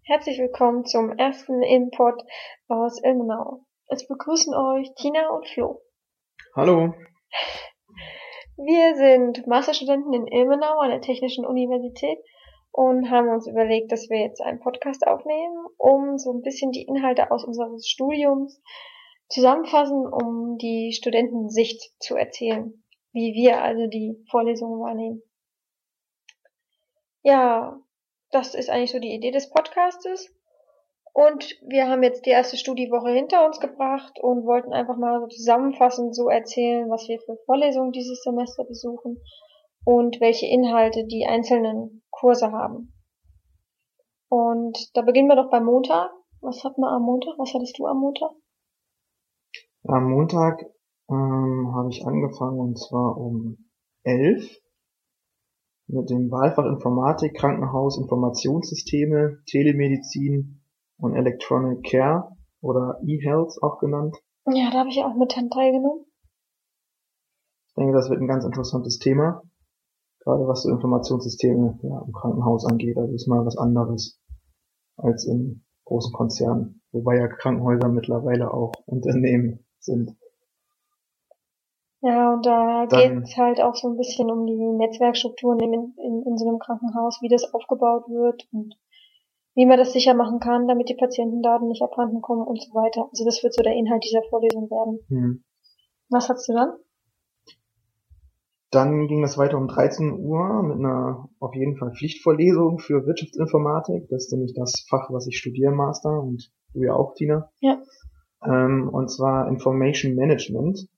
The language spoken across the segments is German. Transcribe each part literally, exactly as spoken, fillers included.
Herzlich willkommen zum ersten Input aus Ilmenau. Es begrüßen euch Tina und Flo. Hallo. Wir sind Masterstudenten in Ilmenau an der Technischen Universität und haben uns überlegt, dass wir jetzt einen Podcast aufnehmen, um so ein bisschen die Inhalte aus unseres Studiums zusammenfassen, um die Studentensicht zu erzählen, wie wir also die Vorlesungen wahrnehmen. Ja, das ist eigentlich so die Idee des Podcastes. Und wir haben jetzt die erste Studiewoche hinter uns gebracht und wollten einfach mal so zusammenfassend so erzählen, was wir für Vorlesungen dieses Semester besuchen und welche Inhalte die einzelnen Kurse haben. Und da beginnen wir doch beim Montag. Was hatten wir am Montag? Was hattest du am Montag? Am Montag ähm, habe ich angefangen, und zwar um elf mit dem Wahlfach Informatik, Krankenhaus, Informationssysteme, Telemedizin und Electronic Care oder E-Health auch genannt. Ja, da habe ich auch mit teilgenommen. Ich denke, das wird ein ganz interessantes Thema, gerade was so Informationssysteme ja, im Krankenhaus angeht. Also ist mal was anderes als in großen Konzernen, wobei ja Krankenhäuser mittlerweile auch Unternehmen sind. Ja, und da geht es halt auch so ein bisschen um die Netzwerkstrukturen in, in, in so einem Krankenhaus, wie das aufgebaut wird und wie man das sicher machen kann, damit die Patientendaten nicht abhanden kommen und so weiter. Also das wird so der Inhalt dieser Vorlesung werden. Hm. Was hast du dann? Dann ging es weiter um dreizehn Uhr mit einer auf jeden Fall Pflichtvorlesung für Wirtschaftsinformatik. Das ist nämlich das Fach, was ich studiere im Master und du ja auch, Tina. Ja. Ähm, und zwar Information Management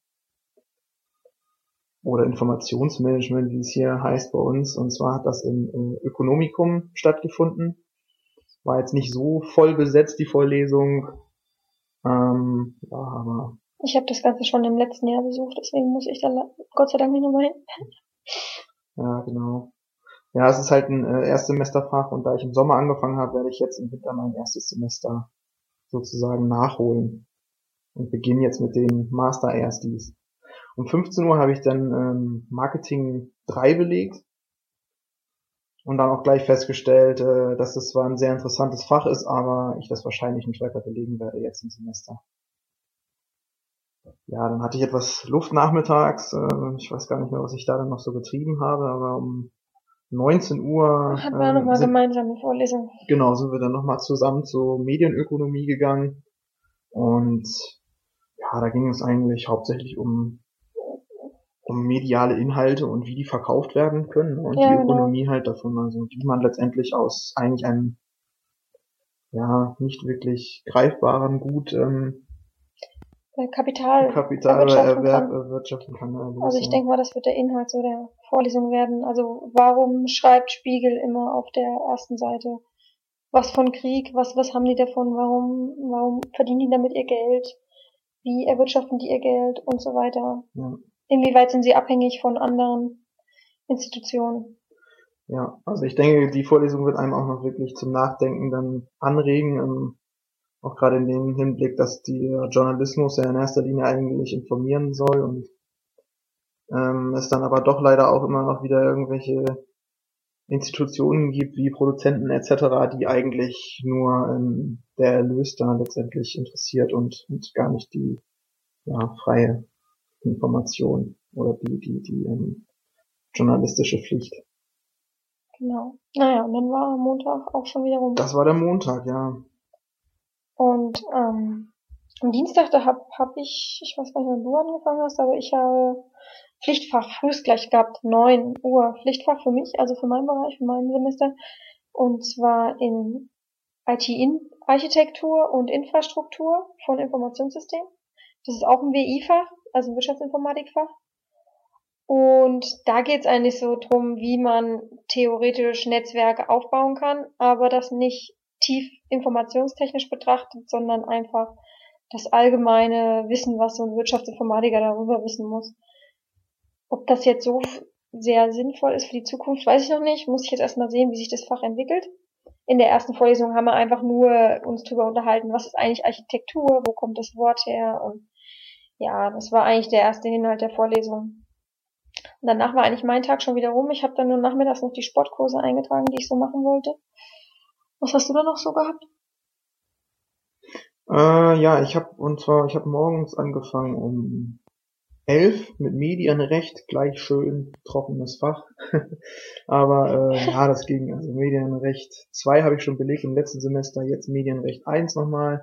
oder Informationsmanagement, wie es hier heißt bei uns. Und zwar hat das im, im Ökonomikum stattgefunden. War jetzt nicht so voll besetzt, die Vorlesung. Ähm, ja, aber Ich habe das Ganze schon im letzten Jahr besucht, deswegen muss ich da Gott sei Dank nicht nochmal hin. Ja, genau. Ja, es ist halt ein äh, Erstsemesterfach und da ich im Sommer angefangen habe, werde ich jetzt im Winter mein erstes Semester sozusagen nachholen und beginne jetzt mit den Master-Erstis. Um fünfzehn Uhr habe ich dann ähm, Marketing drei belegt und dann auch gleich festgestellt, äh, dass das zwar ein sehr interessantes Fach ist, aber ich das wahrscheinlich nicht weiter belegen werde jetzt im Semester. Ja, dann hatte ich etwas Luft nachmittags. Äh, ich weiß gar nicht mehr, was ich da dann noch so getrieben habe, aber um neunzehn Uhr Hatten wir nochmal sind, gemeinsame Vorlesung. Genau, sind wir dann nochmal zusammen zur Medienökonomie gegangen. Und ja, da ging es eigentlich hauptsächlich um um mediale Inhalte und wie die verkauft werden können und Ja, die genau. Ökonomie halt davon, also wie man letztendlich aus eigentlich einem ja nicht wirklich greifbaren Gut ähm, Kapital Kapitalerwerb erwirtschaften kann. Also, also ich denke mal, das wird der Inhalt so der Vorlesung werden. Also warum schreibt Spiegel immer auf der ersten Seite was von Krieg, was was haben die davon, warum warum verdienen die damit ihr Geld, wie erwirtschaften die ihr Geld und so weiter. Ja. Inwieweit sind sie abhängig von anderen Institutionen? Ja, also ich denke, die Vorlesung wird einem auch noch wirklich zum Nachdenken dann anregen, ähm, auch gerade in dem Hinblick, dass die Journalismus ja in erster Linie eigentlich informieren soll und ähm, es dann aber doch leider auch immer noch wieder irgendwelche Institutionen gibt, wie Produzenten et cetera, die eigentlich nur ähm, der Erlös da letztendlich interessiert und, und gar nicht die ja, freie Information oder die die die ähm, journalistische Pflicht. Genau. Naja, und dann war am Montag auch schon wieder rum. Das war der Montag, ja. Und ähm, am Dienstag, da hab, hab ich, ich weiß gar nicht, wann du angefangen hast, aber ich habe Pflichtfach frühst gleich gehabt, neun Uhr Pflichtfach für mich, also für meinen Bereich, für mein Semester. Und zwar in I T-Architektur und Infrastruktur von Informationssystemen. Das ist auch ein W I-Fach, also ein Wirtschaftsinformatikfach. Und da geht's eigentlich so drum, wie man theoretisch Netzwerke aufbauen kann, aber das nicht tief informationstechnisch betrachtet, sondern einfach das allgemeine Wissen, was so ein Wirtschaftsinformatiker darüber wissen muss. Ob das jetzt so sehr sinnvoll ist für die Zukunft, weiß ich noch nicht. Muss ich jetzt erstmal sehen, wie sich das Fach entwickelt. In der ersten Vorlesung haben wir einfach nur uns drüber unterhalten, was ist eigentlich Architektur, wo kommt das Wort her, und ja, das war eigentlich der erste Inhalt der Vorlesung. Und danach war eigentlich mein Tag schon wieder rum. Ich habe dann nur nachmittags noch die Sportkurse eingetragen, die ich so machen wollte. Was hast du da noch so gehabt? Äh, ja, ich habe und zwar ich habe morgens angefangen um elf mit Medienrecht, gleich schön trockenes Fach. Aber äh, ja, das ging. Also Medienrecht zwei habe ich schon belegt im letzten Semester, jetzt Medienrecht eins nochmal.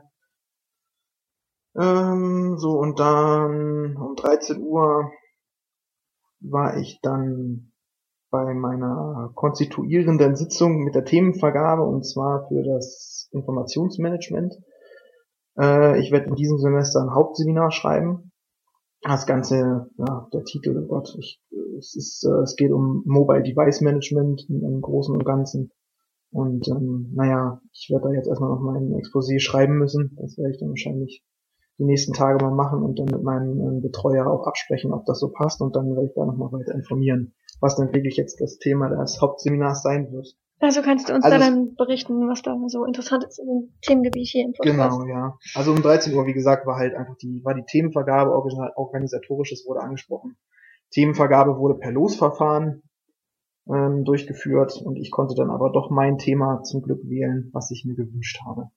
Ähm, so und dann um dreizehn Uhr war ich dann bei meiner konstituierenden Sitzung mit der Themenvergabe und zwar für das Informationsmanagement. Äh, ich werde in diesem Semester ein Hauptseminar schreiben. Das Ganze, ja, der Titel, oh Gott, ich, es ist, äh, es geht um Mobile Device Management im, im Großen und Ganzen. Und ähm, naja, ich werde da jetzt erstmal noch mein Exposé schreiben müssen. Das werde ich dann wahrscheinlich die nächsten Tage mal machen und dann mit meinem ähm, Betreuer auch absprechen, ob das so passt. Und dann werde ich da nochmal weiter informieren, was dann wirklich jetzt das Thema des Hauptseminars sein wird. Also kannst du uns Also da es- dann berichten, was da so interessant ist in dem Themengebiet hier im Podcast. Genau, ja. Also um dreizehn Uhr, wie gesagt, war halt einfach die, war die Themenvergabe, organ- organisatorisches wurde angesprochen. Themenvergabe wurde per Losverfahren ähm, durchgeführt und ich konnte dann aber doch mein Thema zum Glück wählen, was ich mir gewünscht habe.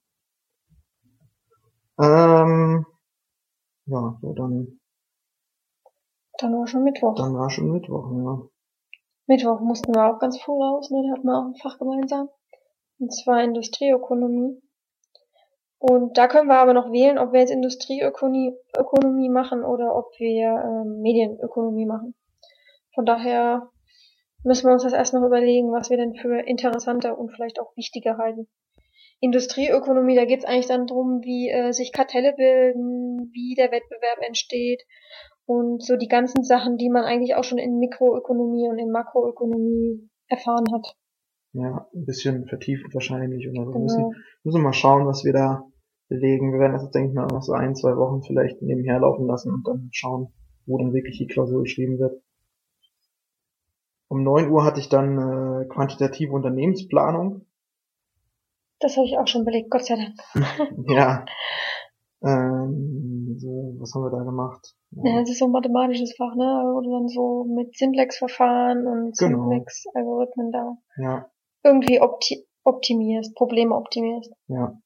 Ähm, ja, so dann, Dann war schon Mittwoch. dann war schon Mittwoch, ja. Mittwoch mussten wir auch ganz früh raus, ne? Da hatten wir auch ein Fach gemeinsam. Und zwar Industrieökonomie. Und da können wir aber noch wählen, ob wir jetzt Industrieökonomie Ökonomie machen oder ob wir ähm, Medienökonomie machen. Von daher müssen wir uns das erst noch überlegen, was wir denn für interessanter und vielleicht auch wichtiger halten. Industrieökonomie, da geht es eigentlich dann drum, wie äh, sich Kartelle bilden, wie der Wettbewerb entsteht und so die ganzen Sachen, die man eigentlich auch schon in Mikroökonomie und in Makroökonomie erfahren hat. Ja, ein bisschen vertieft wahrscheinlich. Und dann Genau. müssen, müssen wir mal schauen, was wir da belegen. Wir werden das jetzt, denke ich mal, noch so ein, zwei Wochen vielleicht nebenher laufen lassen und dann schauen, wo dann wirklich die Klausur geschrieben wird. Um neun Uhr hatte ich dann äh, quantitative Unternehmensplanung. Das habe ich auch schon belegt, Gott sei Dank. Ja. Ähm, so, was haben wir da gemacht? Ja, das ist so ein mathematisches Fach, ne? Wo du dann so mit Simplex-Verfahren und Genau. Simplex-Algorithmen da Ja, irgendwie opti optimierst, Probleme optimierst. ja.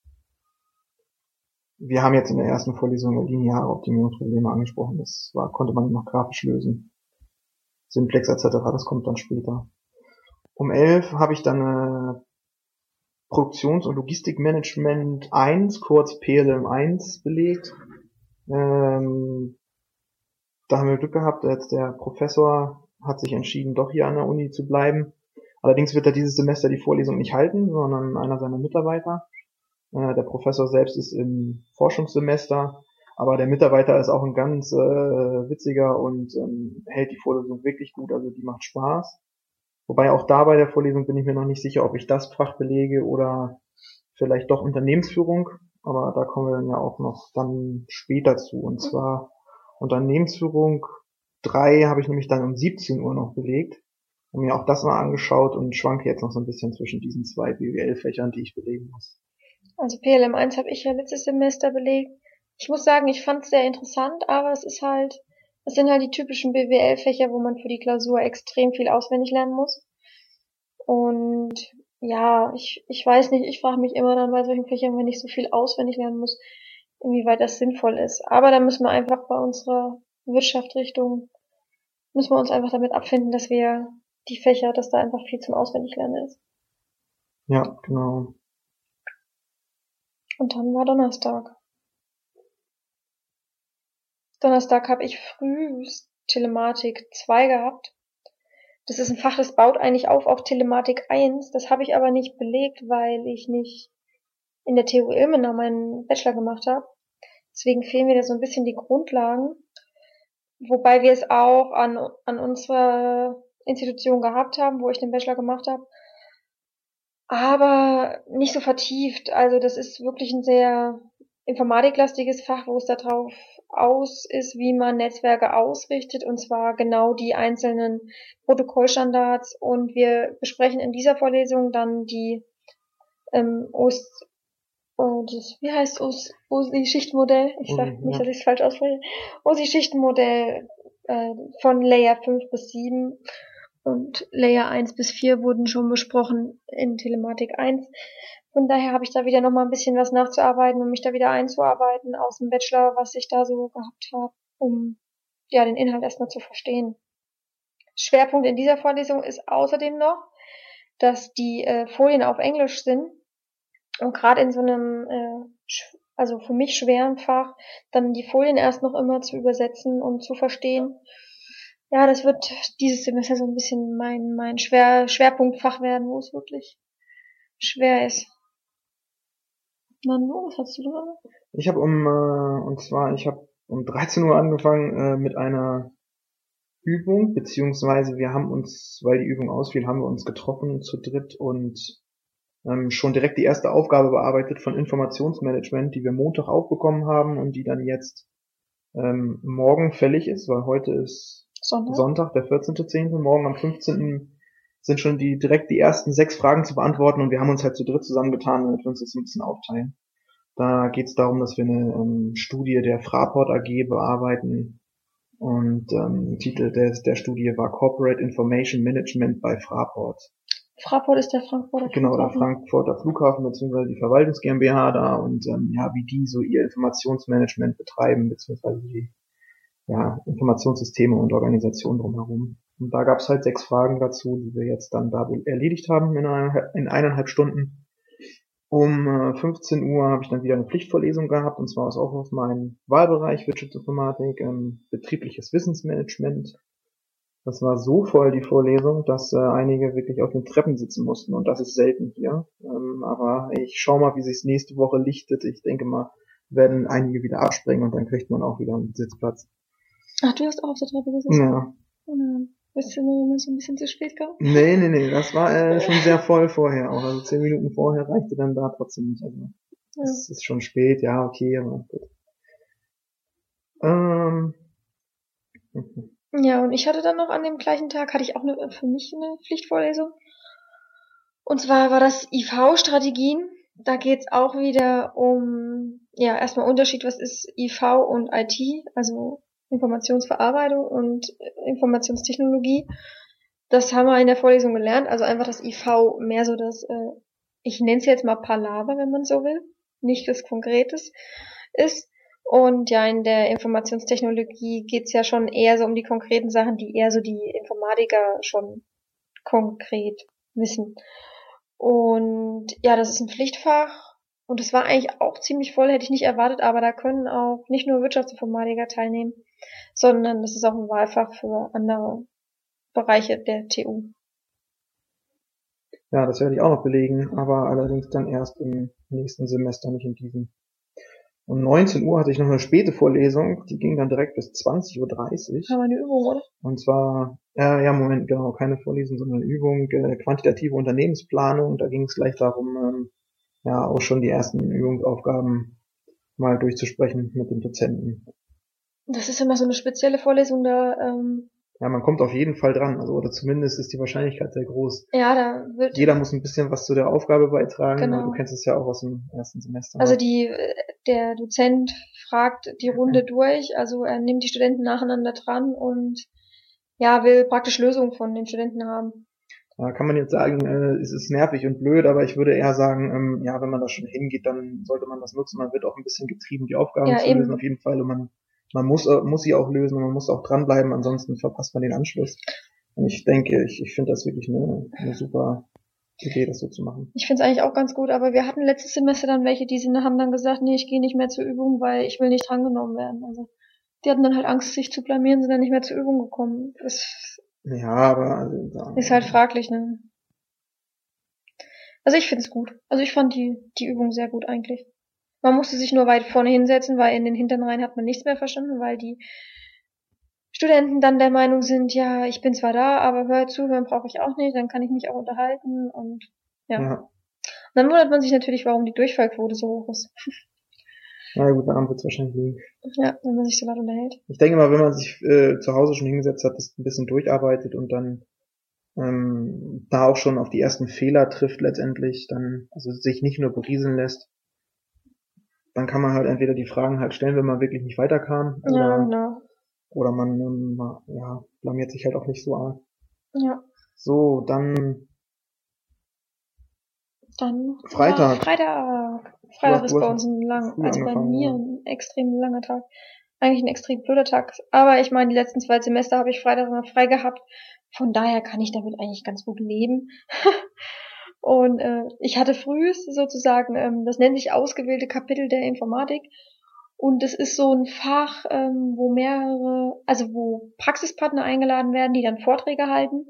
Wir haben jetzt in der ersten Vorlesung lineare Optimierungsprobleme angesprochen. Das war, konnte man noch grafisch lösen. Simplex et cetera, das kommt dann später. Um elf habe ich dann äh, Produktions- und Logistikmanagement eins, kurz P L M eins, belegt. Ähm, da haben wir Glück gehabt, jetzt der Professor hat sich entschieden, doch hier an der Uni zu bleiben. Allerdings wird er dieses Semester die Vorlesung nicht halten, sondern einer seiner Mitarbeiter. Äh, der Professor selbst ist im Forschungssemester, aber der Mitarbeiter ist auch ein ganz äh, witziger und ähm, hält die Vorlesung wirklich gut, also die macht Spaß. Wobei auch da bei der Vorlesung bin ich mir noch nicht sicher, ob ich das Fach belege oder vielleicht doch Unternehmensführung, aber da kommen wir dann ja auch noch dann später zu. Und zwar Unternehmensführung drei habe ich nämlich dann um siebzehn Uhr noch belegt und mir auch das mal angeschaut und schwanke jetzt noch so ein bisschen zwischen diesen zwei B W L-Fächern, die ich belegen muss. Also P L M eins habe ich ja letztes Semester belegt. Ich muss sagen, ich fand es sehr interessant, aber es ist halt, es sind halt die typischen B W L-Fächer, wo man für die Klausur extrem viel auswendig lernen muss. Und ja, ich, ich weiß nicht, ich frage mich immer dann bei solchen Fächern, wenn ich so viel auswendig lernen muss, inwieweit das sinnvoll ist. Aber da müssen wir einfach bei unserer Wirtschaftsrichtung, müssen wir uns einfach damit abfinden, dass wir die Fächer, dass da einfach viel zum Auswendiglernen ist. Ja, genau. Und dann war Donnerstag. Donnerstag habe ich früh Telematik zwei gehabt. Das ist ein Fach, das baut eigentlich auf auf Telematik eins. Das habe ich aber nicht belegt, weil ich nicht in der T U Ilmenau meinen Bachelor gemacht habe. Deswegen fehlen mir da so ein bisschen die Grundlagen. Wobei wir es auch an, an unserer Institution gehabt haben, wo ich den Bachelor gemacht habe. Aber nicht so vertieft. Also das ist wirklich ein sehr informatiklastiges Fach, wo es darauf aus ist, wie man Netzwerke ausrichtet, und zwar genau die einzelnen Protokollstandards. Und wir besprechen in dieser Vorlesung dann die ähm, O S, oh, das, wie heißt O S, O S I-Schichtenmodell? Ich sag nicht, dass ich es falsch ausspreche. O S I-Schichtenmodell äh, von Layer fünf bis sieben. und Layer eins bis vier wurden schon besprochen in Telematik eins. Von daher habe ich da wieder nochmal ein bisschen was nachzuarbeiten, um mich da wieder einzuarbeiten aus dem Bachelor, was ich da so gehabt habe, um ja den Inhalt erstmal zu verstehen. Schwerpunkt in dieser Vorlesung ist außerdem noch, dass die äh, Folien auf Englisch sind und gerade in so einem, äh, also für mich schweren Fach, dann die Folien erst noch immer zu übersetzen und zu verstehen. Ja, das wird dieses Semester so ein bisschen mein mein Schwer Schwerpunktfach werden, wo es wirklich schwer ist. Manu, was hast du da? Ich habe um, äh, und zwar, ich habe um dreizehn Uhr angefangen äh, mit einer Übung, beziehungsweise wir haben uns, weil die Übung ausfiel, haben wir uns getroffen zu dritt und ähm, schon direkt die erste Aufgabe bearbeitet von Informationsmanagement, die wir Montag aufbekommen haben und die dann jetzt ähm, morgen fällig ist, weil heute ist Sonntag, Sonntag der vierzehnter zehnte Morgen am fünfzehnten sind schon die direkt die ersten sechs Fragen zu beantworten und wir haben uns halt zu dritt zusammengetan, damit wir uns das ein bisschen aufteilen. Da geht es darum, dass wir eine ähm, Studie der Fraport A G bearbeiten und ähm, Titel des, der Studie war Corporate Information Management bei Fraport. Fraport ist der Frankfurter Genau, der Flughafen. Frankfurter Flughafen bzw. die Verwaltungs GmbH da und ähm, ja, wie die so ihr Informationsmanagement betreiben bzw. die ja, Informationssysteme und Organisationen drumherum. Und da gab es halt sechs Fragen dazu, die wir jetzt dann da erledigt haben in, eine, in eineinhalb Stunden. Um äh, fünfzehn Uhr habe ich dann wieder eine Pflichtvorlesung gehabt, und zwar ist auch aus meinem Wahlbereich Wirtschaftsinformatik, ähm, betriebliches Wissensmanagement. Das war so voll, die Vorlesung, dass äh, einige wirklich auf den Treppen sitzen mussten, und das ist selten hier. Ähm, aber ich schau mal, wie sich's nächste Woche lichtet. Ich denke mal, werden einige wieder abspringen und dann kriegt man auch wieder einen Sitzplatz. Ach, du hast auch auf der Treppe gesessen? Ja. Mhm. Bist du immer so ein bisschen zu spät gekommen? Nee, nee, nee, das war äh, schon sehr voll vorher auch. Also zehn Minuten vorher reichte dann da trotzdem nicht. Also Ja. es ist schon spät, ja, okay, aber gut. Ähm. Ja, und ich hatte dann noch an dem gleichen Tag, hatte ich auch eine, für mich eine Pflichtvorlesung. Und zwar war das I V-Strategien. Da geht's auch wieder um, ja, erstmal Unterschied, was ist I V und I T, also Informationsverarbeitung und Informationstechnologie. Das haben wir in der Vorlesung gelernt, also einfach das I V mehr so das, äh, ich nenne es jetzt mal Palaver, wenn man so will, nicht das Konkretes ist. Und ja, in der Informationstechnologie geht's ja schon eher so um die konkreten Sachen, die eher so die Informatiker schon konkret wissen. Und ja, das ist ein Pflichtfach und es war eigentlich auch ziemlich voll, hätte ich nicht erwartet, aber da können auch nicht nur Wirtschaftsinformatiker teilnehmen, sondern das ist auch ein Wahlfach für andere Bereiche der T U. Ja, das werde ich auch noch belegen, aber allerdings dann erst im nächsten Semester, nicht in diesem. Um neunzehn Uhr hatte ich noch eine späte Vorlesung, die ging dann direkt bis zwanzig Uhr dreißig. Haben wir eine Übung, oder? Und zwar, äh, ja, Moment, genau, keine Vorlesung, sondern eine Übung, äh, quantitative Unternehmensplanung. Da ging es gleich darum, ähm, ja, auch schon die ersten Übungsaufgaben mal durchzusprechen mit den Dozenten. Das ist immer so eine spezielle Vorlesung, da, ähm, Ja, man kommt auf jeden Fall dran, also oder zumindest ist die Wahrscheinlichkeit sehr groß. ja, da wird... Jeder muss ein bisschen was zu der Aufgabe beitragen, Genau. aber du kennst es ja auch aus dem ersten Semester. Also die, der Dozent fragt die Runde durch, also er nimmt die Studenten nacheinander dran und ja, will praktisch Lösungen von den Studenten haben. Da kann man jetzt sagen, äh, es ist nervig und blöd, aber ich würde eher sagen, ähm, ja, wenn man da schon hingeht, dann sollte man das nutzen. Man wird auch ein bisschen getrieben, die Aufgaben Ja, zu eben. lösen auf jeden Fall. Und man, man muss, äh, muss sie auch lösen und man muss auch dranbleiben, ansonsten verpasst man den Anschluss. Und ich denke, ich, ich finde das wirklich eine, eine super Idee, das so zu machen. Ich finde es eigentlich auch ganz gut, aber wir hatten letztes Semester dann welche, die sind, haben dann gesagt, nee, ich gehe nicht mehr zur Übung, weil ich will nicht drangenommen werden. Also die hatten dann halt Angst, sich zu blamieren, sind dann nicht mehr zur Übung gekommen. Das Ja, aber also, da, ist halt fraglich, ne? Also ich finde es gut. Also ich fand die, die Übung sehr gut eigentlich. Man musste sich nur weit vorne hinsetzen, weil in den hinteren Reihen hat man nichts mehr verstanden, weil die Studenten dann der Meinung sind, ja, ich bin zwar da, aber hör zuhören brauche ich auch nicht, dann kann ich mich auch unterhalten und ja. ja. Und dann wundert man sich natürlich, warum die Durchfallquote so hoch ist. Na gut, daran wird es wahrscheinlich liegen. Ja, wenn man sich so laut unterhält. Ich denke mal, wenn man sich äh, zu Hause schon hingesetzt hat, das ein bisschen durcharbeitet und dann ähm, da auch schon auf die ersten Fehler trifft letztendlich, dann also sich nicht nur berieseln lässt, dann kann man halt entweder die Fragen halt stellen, wenn man wirklich nicht weiterkam, oder, Ja, genau. oder man ähm, ja, blamiert sich halt auch nicht so arg. Ja. So, dann Dann Freitag. Ah, Freitag. Du Freitag hast, ist du bei hast uns ein lang, früh also bei angefangen, mir ja. ein extrem langer Tag. Eigentlich ein extrem blöder Tag. Aber ich meine, die letzten zwei Semester habe ich Freitag immer frei gehabt. Von daher kann ich damit eigentlich ganz gut leben. Und äh, ich hatte frühs sozusagen, ähm, das nennt sich ausgewählte Kapitel der Informatik. Und das ist so ein Fach, ähm, wo mehrere, also wo Praxispartner eingeladen werden, die dann Vorträge halten.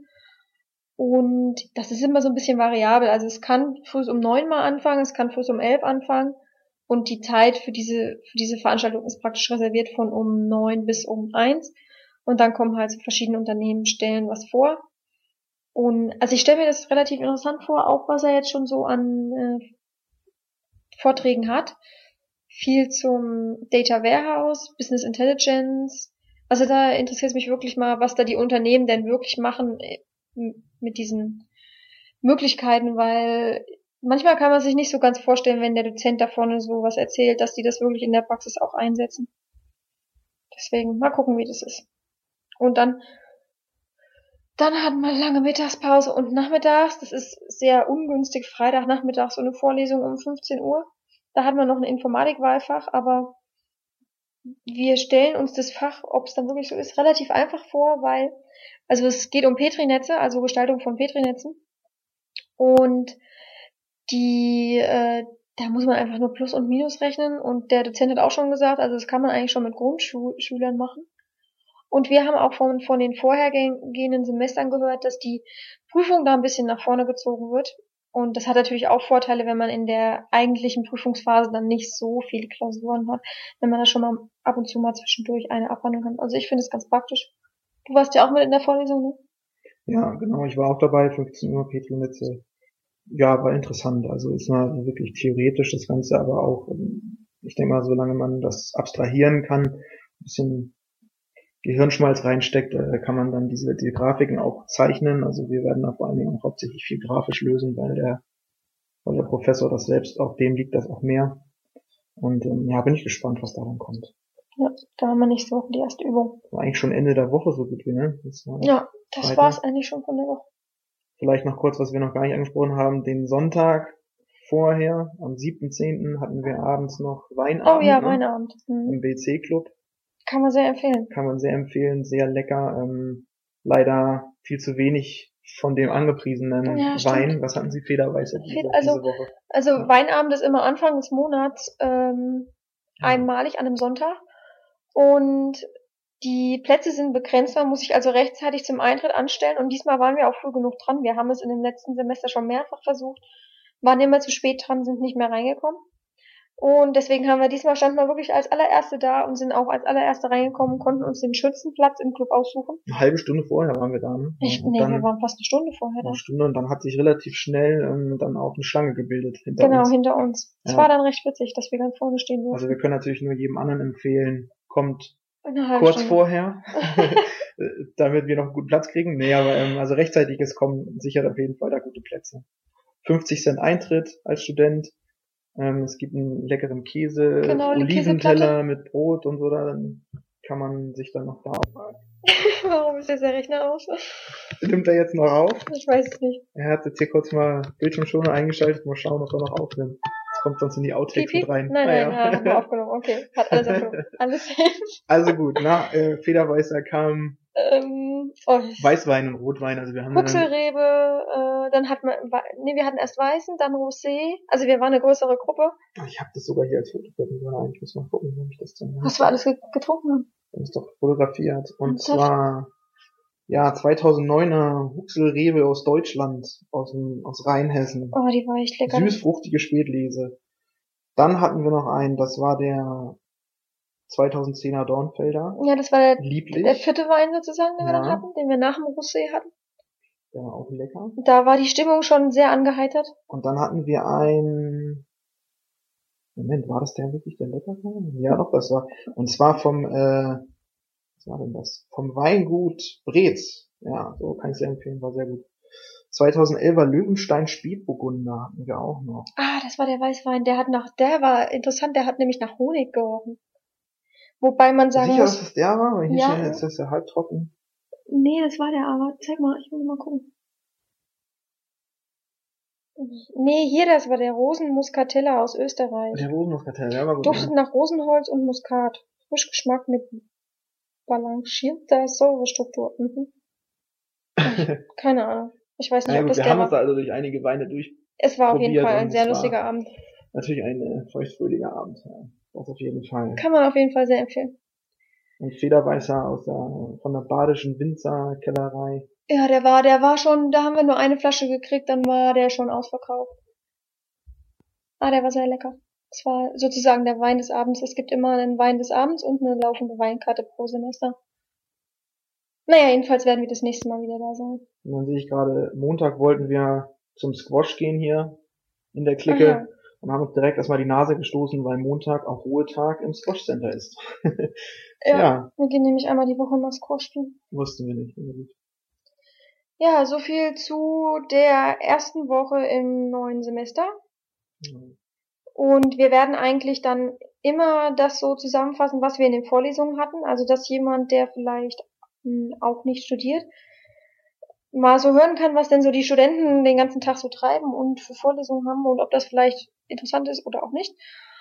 Und das ist immer so ein bisschen variabel. Also es kann früh um neun mal anfangen, es kann früh um elf anfangen. Und die Zeit für diese, für diese Veranstaltung ist praktisch reserviert von um neun bis um eins. Und dann kommen halt so verschiedene Unternehmen, stellen was vor. Und also ich stelle mir das relativ interessant vor, auch was er jetzt schon so an äh, Vorträgen hat. Viel zum Data Warehouse, Business Intelligence. Also da interessiert es mich wirklich mal, was da die Unternehmen denn wirklich machen äh, mit diesen Möglichkeiten, weil manchmal kann man sich nicht so ganz vorstellen, wenn der Dozent da vorne so was erzählt, dass die das wirklich in der Praxis auch einsetzen. Deswegen mal gucken, wie das ist. Und dann Dann hatten wir lange Mittagspause und nachmittags, das ist sehr ungünstig, Freitagnachmittag so eine Vorlesung um fünfzehn Uhr. Da hatten wir noch ein Informatik-Wahlfach, aber wir stellen uns das Fach, ob es dann wirklich so ist, relativ einfach vor, weil, also es geht um Petri-Netze, also Gestaltung von Petri-Netzen. Und die, äh, da muss man einfach nur Plus und Minus rechnen und der Dozent hat auch schon gesagt, also das kann man eigentlich schon mit Grundschülern machen. Und wir haben auch von, von den vorhergehenden Semestern gehört, dass die Prüfung da ein bisschen nach vorne gezogen wird. Und das hat natürlich auch Vorteile, wenn man in der eigentlichen Prüfungsphase dann nicht so viele Klausuren hat, wenn man da schon mal ab und zu mal zwischendurch eine abhandeln kann. Also ich finde es ganz praktisch. Du warst ja auch mit in der Vorlesung, ne? Ja, genau, ich war auch dabei, fünfzehn Uhr Petri-Netze. Ja, war interessant. Also ist mal wirklich theoretisch das Ganze, aber auch, ich denke mal, solange man das abstrahieren kann, ein bisschen Gehirnschmalz reinsteckt, äh, kann man dann diese die Grafiken auch zeichnen. Also wir werden da vor allen Dingen auch hauptsächlich viel grafisch lösen, weil der, weil der Professor das selbst, auf dem liegt das auch mehr. Und ähm, ja, bin ich gespannt, was da dann kommt. Ja, da haben wir nächste Woche die erste Übung. War eigentlich schon Ende der Woche so gut wie, ne? Das war Ja, das Freitag. war's eigentlich schon von der Woche. Vielleicht noch kurz, was wir noch gar nicht angesprochen haben, den Sonntag vorher, am siebten zehnten hatten wir abends noch Weinabend. Oh ja, ne? Weinabend. Mhm. Im B C-Club. Kann man sehr empfehlen. Kann man sehr empfehlen, sehr lecker. Ähm, leider viel zu wenig von dem angepriesenen Ja, stimmt. Wein. Was hatten Sie federweise diese, Also, diese Woche? also Ja. Weinabend ist immer Anfang des Monats ähm, Ja. einmalig an einem Sonntag und die Plätze sind begrenzt, man muss sich also rechtzeitig zum Eintritt anstellen und diesmal waren wir auch früh genug dran. Wir haben es in dem letzten Semester schon mehrfach versucht, waren immer zu spät dran, sind nicht mehr reingekommen. Und deswegen haben wir diesmal standen wir wirklich als allererste da und sind auch als allererste reingekommen, konnten uns den schönsten Platz im Club aussuchen. Eine halbe Stunde vorher waren wir da. Ne? Ich, Und nee, dann wir waren fast eine Stunde vorher da. eine Stunde und dann hat sich relativ schnell ähm, dann auch eine Schlange gebildet hinter Genau, uns. hinter uns. Es Ja. war dann recht witzig, dass wir ganz vorne stehen durften. Also wir können natürlich nur jedem anderen empfehlen, kommt Eine halbe kurz Stunde. vorher, damit wir noch einen guten Platz kriegen. Nee, aber ähm, also rechtzeitiges kommen sichert auf jeden Fall da gute Plätze. fünfzig Cent Eintritt als Student. Ähm, es gibt einen leckeren Käse, Genau, die Oliventeller mit Brot und so, dann kann man sich dann noch da aufhalten. Warum ist jetzt der Rechner aus? Nimmt er jetzt noch auf? Ich weiß es nicht. Er hat jetzt hier kurz mal Bildschirmschoner eingeschaltet, mal schauen, ob er noch aufnimmt. Das kommt sonst in die Outtakes Piep, piep. mit rein. Nein, Ah, nein, ja. ja, haben wir aufgenommen. Okay, hat alles aufgenommen. Alles Also gut, nach äh, Federweißer kam ähm, oh, Weißwein und Rotwein. Also wir haben dann, Huxelrebe, äh, dann hatten wir, nee, wir hatten erst Weißen, dann Rosé. Also wir waren eine größere Gruppe. ich habe das sogar hier als Foto drin. Ich muss mal gucken, wo ich das denn Was wir alles getrunken haben. Das ist doch fotografiert. Und Und zwar ja zweitausenddeuner Huxelrebe aus Deutschland, aus dem, aus Rheinhessen. Oh, die war echt lecker. Süßfruchtige Spätlese. Dann hatten wir noch einen, das war der zweitausendzehner Dornfelder. Ja, das war der, Lieblich. der vierte Wein sozusagen, den wir Ja. dann hatten, den wir nach dem Rosé hatten. Der war auch lecker. Da war die Stimmung schon sehr angeheitert. Und dann hatten wir ein, Moment, war das der wirklich der leckere? Ja, doch, das war, und zwar vom, äh, was war denn das? Vom Weingut Brez. Ja, so kann ich sehr empfehlen, war sehr gut. zweitausendelfer Löwenstein Spätburgunder hatten wir auch noch. Ah, das war der Weißwein, der hat nach, der war interessant, der hat nämlich nach Honig gerochen. Wobei man sagen Sicher, muss, dass das der war? Weil hier ja. steht, ist das ja halbtrocken. Nee, das war der aber. Zeig mal, ich will mal gucken. Nee, hier, das war der Rosenmuscatella aus Österreich. Der Rosenmuscatella, der war gut. Duftet Ne? nach Rosenholz und Muskat. Frischgeschmack mit balancierter Säurestruktur. Mhm. Ich, keine Ahnung. Ich weiß nicht, Na ob gut, das wir der haben uns da war. also durch einige Weine durch Es war auf jeden probiert Fall ein und sehr es war lustiger Abend. natürlich ein äh, feuchtfröhlicher Abend. Ja. Das auf jeden Fall. Kann man auf jeden Fall sehr empfehlen. Und Federweißer aus der, von der badischen Winzerkellerei. Ja, der war, der war schon, da haben wir nur eine Flasche gekriegt, dann war der schon ausverkauft. Ah, der war sehr lecker. Es war sozusagen der Wein des Abends. Es gibt immer einen Wein des Abends und eine laufende Weinkarte pro Semester. Naja, jedenfalls werden wir das nächste Mal wieder da sein. Und dann sehe ich gerade, Montag wollten wir zum Squash gehen hier in der Clique. Aha. Und haben uns direkt erstmal die Nase gestoßen, weil Montag auch Ruhetag im Squash Center ist. Ja, Ja, wir gehen nämlich einmal die Woche mal Squash spielen. wussten wir nicht. Aber gut. Ja, so viel zu der ersten Woche im neuen Semester. Ja. Und wir werden eigentlich dann immer das so zusammenfassen, was wir in den Vorlesungen hatten. Also, dass jemand, der vielleicht mh, auch nicht studiert, mal so hören kann, was denn so die Studenten den ganzen Tag so treiben und für Vorlesungen haben und ob das vielleicht interessant ist oder auch nicht.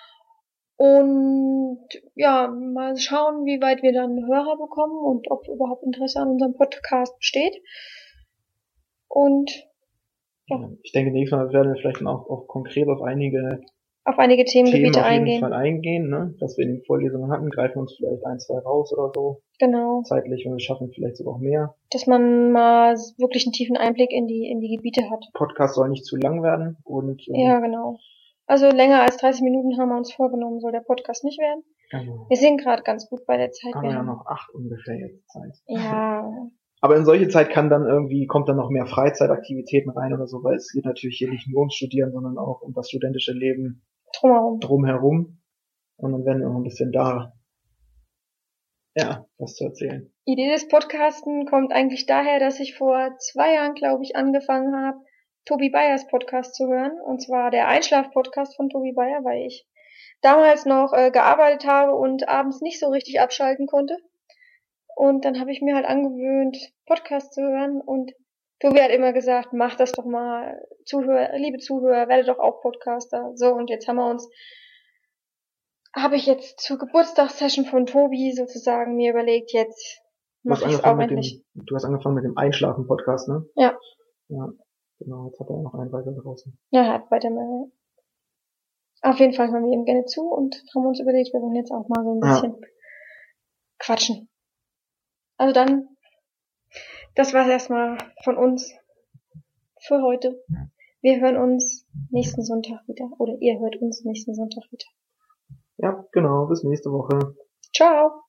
Und ja, mal schauen, wie weit wir dann Hörer bekommen und ob überhaupt Interesse an unserem Podcast besteht. Und Ja. Ich denke, nächstes Mal werden wir vielleicht dann auch, auch konkret auf einige auf einige Themen Themengebiete auf jeden eingehen. Fall eingehen, ne? Was wir in den Vorlesungen hatten, greifen uns vielleicht ein, zwei raus oder so. Genau. Zeitlich, wenn wir es schaffen, vielleicht sogar auch mehr. Dass man mal wirklich einen tiefen Einblick in die in die Gebiete hat. Podcast soll nicht zu lang werden und ähm, Ja, genau. Also länger als dreißig Minuten haben wir uns vorgenommen, soll der Podcast nicht werden. genau. Wir sind gerade ganz gut bei der Zeit. Haben Wir wir ja haben, noch acht ungefähr jetzt Zeit. ja, Aber in solche Zeit kann dann irgendwie, kommt dann noch mehr Freizeitaktivitäten rein oder so, weil es geht natürlich hier nicht nur ums Studieren, sondern auch um das studentische Leben drumherum. drumherum. Und dann werden wir noch ein bisschen da, ja, was zu erzählen. Die Idee des Podcasten kommt eigentlich daher, dass ich vor zwei Jahren, glaube ich, angefangen habe, Tobi Bayers Podcast zu hören. Und zwar der Einschlaf-Podcast von Tobi Bayer, weil ich damals noch äh, gearbeitet habe und abends nicht so richtig abschalten konnte. Und dann habe ich mir halt angewöhnt, Podcasts zu hören. Und Tobi hat immer gesagt, mach das doch mal, Zuhörer, liebe Zuhörer, werdet doch auch Podcaster. So, und jetzt haben wir uns, habe ich jetzt zur Geburtstagssession von Tobi sozusagen mir überlegt, jetzt Du hast mache ich es auch angefangen mit endlich. dem, du hast angefangen mit dem Einschlafen-Podcast, ne? Ja. Ja, genau, jetzt hat er noch einen weiter draußen. Ja, hat weiter mal. Auf jeden Fall hören wir ihm gerne zu und haben uns überlegt, wir wollen jetzt auch mal so ein Ja. bisschen quatschen. Also dann, das war's erstmal von uns für heute. Wir hören uns nächsten Sonntag wieder. Oder ihr hört uns nächsten Sonntag wieder. Ja, genau, bis nächste Woche. Ciao!